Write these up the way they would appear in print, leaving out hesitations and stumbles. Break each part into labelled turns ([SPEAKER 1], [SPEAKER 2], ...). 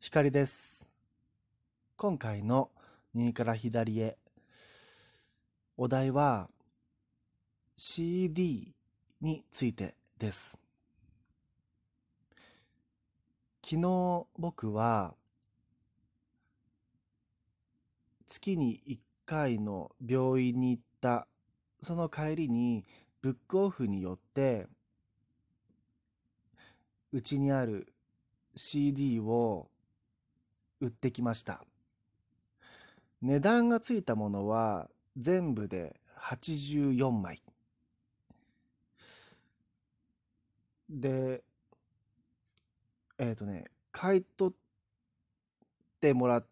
[SPEAKER 1] 光です。今回の右から左へ、お題は CD についてです。昨日僕は月に1回の病院に行った。その帰りにブックオフによってうちにある CD を売ってきました。値段がついたものは全部で84枚。で、買い取ってもらった、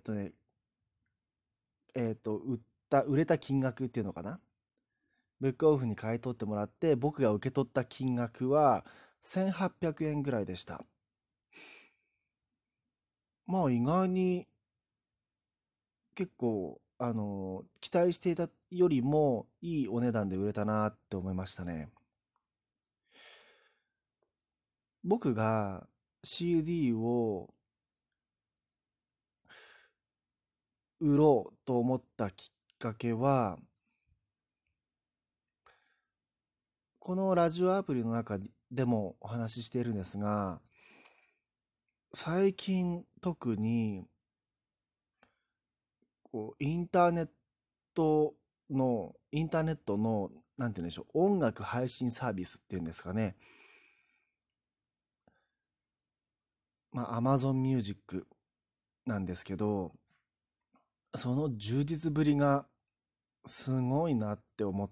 [SPEAKER 1] 売れた金額っていうのかな。ブックオフに買い取ってもらって、僕が受け取った金額は1800円ぐらいでした。まあ意外に結構、期待していたよりもいいお値段で売れたなって思いましたね。僕が CD を売ろうと思ったきっかけは、このラジオアプリの中でもお話ししているんですが、最近特にトインターネットの、なんて言うんでしょう、音楽配信サービスっていうんですかね。まあ、Amazon Music なんですけど、その充実ぶりがすごいなって思って。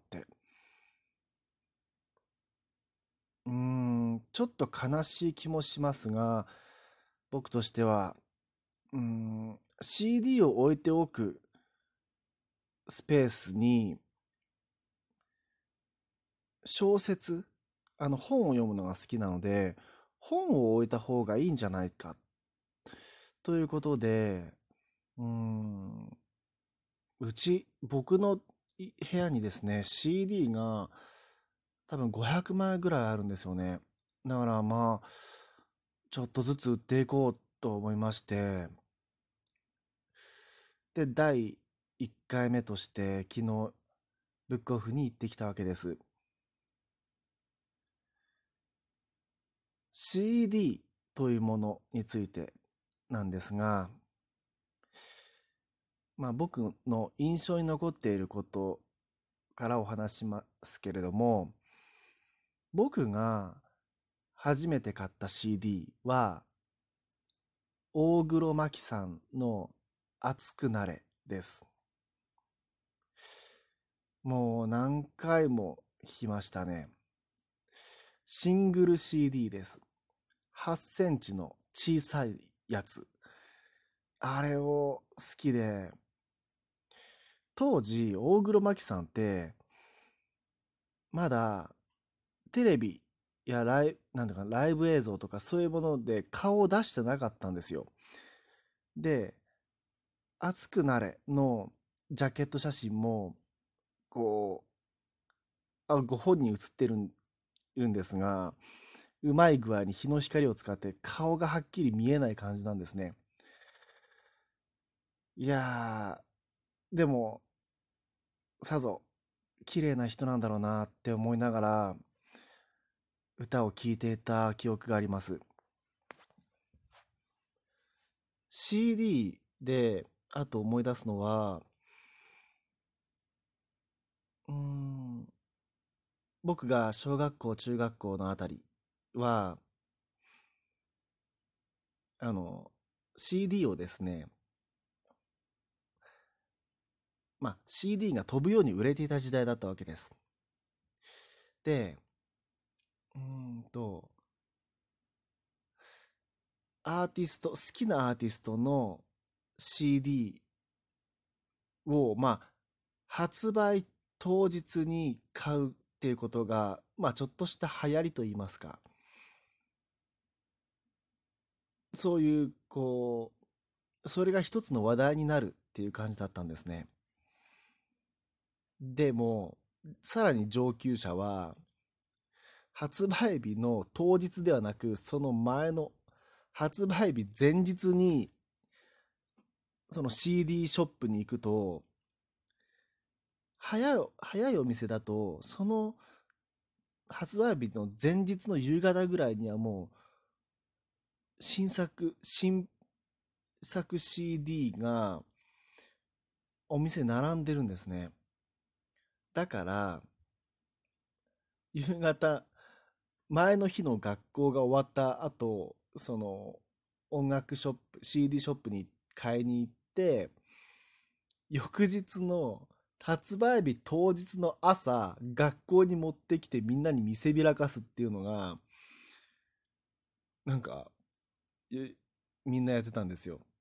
[SPEAKER 1] ちょっと悲しい気もしますが、僕としては、CD を置いておくスペースに小説、本を読むのが好きなので、本を置いた方がいいんじゃないかということで、うーん、僕の部屋にですね、CD が多分500枚ぐらいあるんですよね。だからまあ、ちょっとずつ売っていこうと思いまして、で、第1回目として昨日、ブックオフに行ってきたわけです。CD というものについてなんですが、まあ僕の印象に残っていることからお話しますけれども、僕が初めて買った CD は、大黒摩季さんの熱くなれです。もう何回も弾きましたね。シングル CD です。8センチの小さいやつ。あれを好きで、当時、大黒摩季さんって、まだテレビやなんだかライブ映像とかそういうもので顔を出してなかったんですよ。で、熱くなれのジャケット写真も、こご本人写ってるんですが、うまい具合に日の光を使って顔がはっきり見えない感じなんですね。いやでも、さぞ綺麗な人なんだろうなって思いながら歌を聴いていた記憶があります。CD で、あと思い出すのは、うーん、僕が小学校、中学校のあたりは、あの、CD をですね、まあ CD が飛ぶように売れていた時代だったわけです。で、うーんと、好きなアーティストの CD を、まあ、発売当日に買うっていうことが、まあ、ちょっとした流行りと言いますか、そういう、それが一つの話題になるっていう感じだったんですね。でも、さらに上級者は、発売日の当日ではなく、その前の発売日前日に、その CD ショップに行くと、早いお店だと、その発売日の前日の夕方ぐらいにはもう、新作 CD がお店に並んでるんですね。だから、夕方、前の日の学校が終わった後、その音楽ショップ、CD ショップに買いに行って、翌日の発売日当日の朝、学校に持ってきてみんなに見せびらかすっていうのが、なんか、みんなやってたんですよ。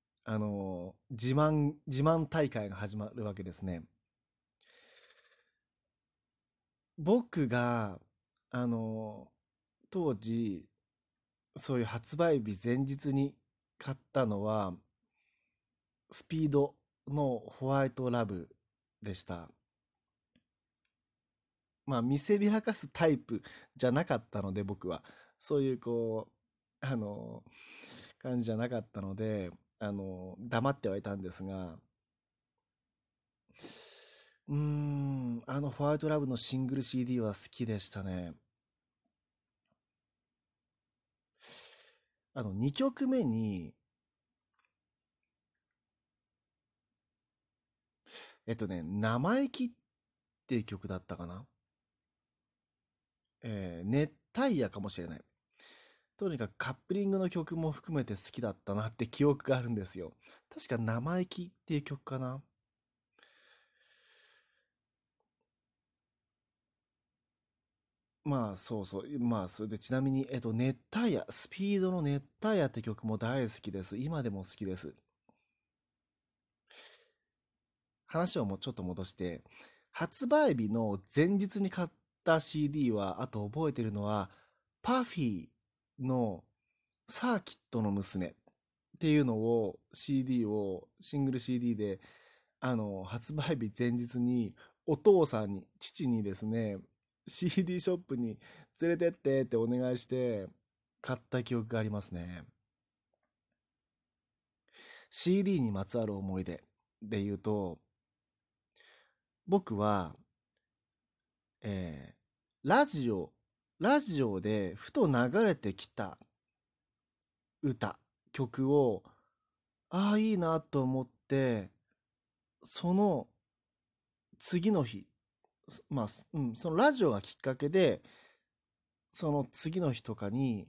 [SPEAKER 1] 自慢大会が始まるわけですね。僕が、あの、当時、そういう発売日前日に買ったのは、スピードのホワイトラブでした。まあ、見せびらかすタイプじゃなかったので、僕は。そういう、感じじゃなかったので、黙ってはいたんですが、ホワイトラブのシングル CD は好きでしたね。2曲目に、生意気っていう曲だったかな。熱帯夜かもしれない。とにかくカップリングの曲も含めて好きだったなって記憶があるんですよ。確か生意気っていう曲かな。まあそうそう。まあそれでちなみに、熱帯夜、スピードの熱帯夜って曲も大好きです。今でも好きです。話をもうちょっと戻して、発売日の前日に買った CD は、あと覚えてるのは、パフィーのサーキットの娘っていうのを CD を、シングル CD で、発売日前日にお父さんに、父にですね、CD ショップに連れてってってお願いして買った記憶がありますね。CD にまつわる思い出で言うと、僕はえラジオ、ラジオでふと流れてきた歌、曲を、ああ、いいなと思って、その次の日、まあ、そのラジオがきっかけで、その次の日とかに、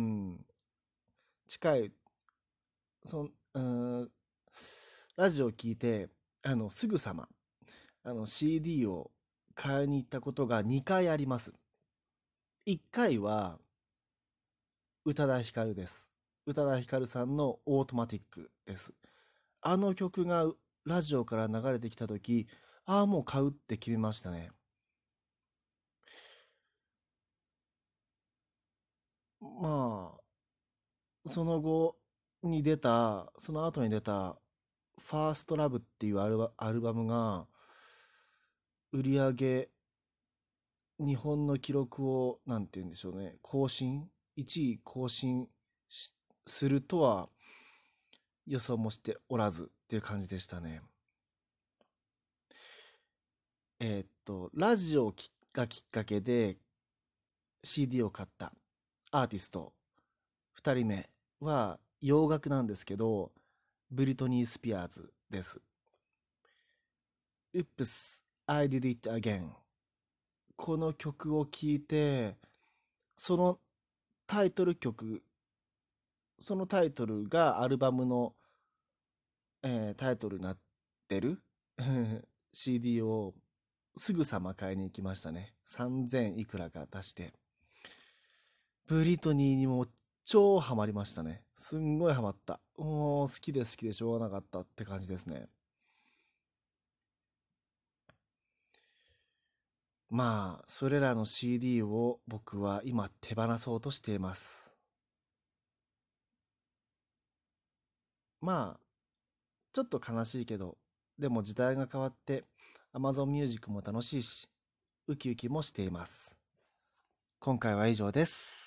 [SPEAKER 1] 近い、その、ラジオを聞いて、すぐさま、CD を買いに行ったことが2回あります。1回は、宇多田ヒカルです。宇多田ヒカルさんのオートマティックです。あの曲がラジオから流れてきたとき、ああ、もう買うって決めましたね。まあ、その後に出た、ファーストラブっていうアルバムが、売り上げ、日本の記録を、なんて言うんでしょうね、1位更新するとは予想もしておらずっていう感じでしたね。ラジオがきっかけで CD を買ったアーティスト2人目は洋楽なんですけど、ブリトニー・スピアーズです。Oops, I Did It Again。この曲を聴いて、そのタイトル曲、そのタイトルがアルバムの、タイトルになってるCD をすぐさま買いに行きましたね。3000いくらか出して。ブリトニーにも超ハマりましたね。すんごいハマった。もう好きで好きでしょうがなかったって感じですね。まあ、それらの CD を僕は今手放そうとしています。まあ、ちょっと悲しいけど、でも時代が変わって Amazon Music も楽しいし、ウキウキもしています。今回は以上です。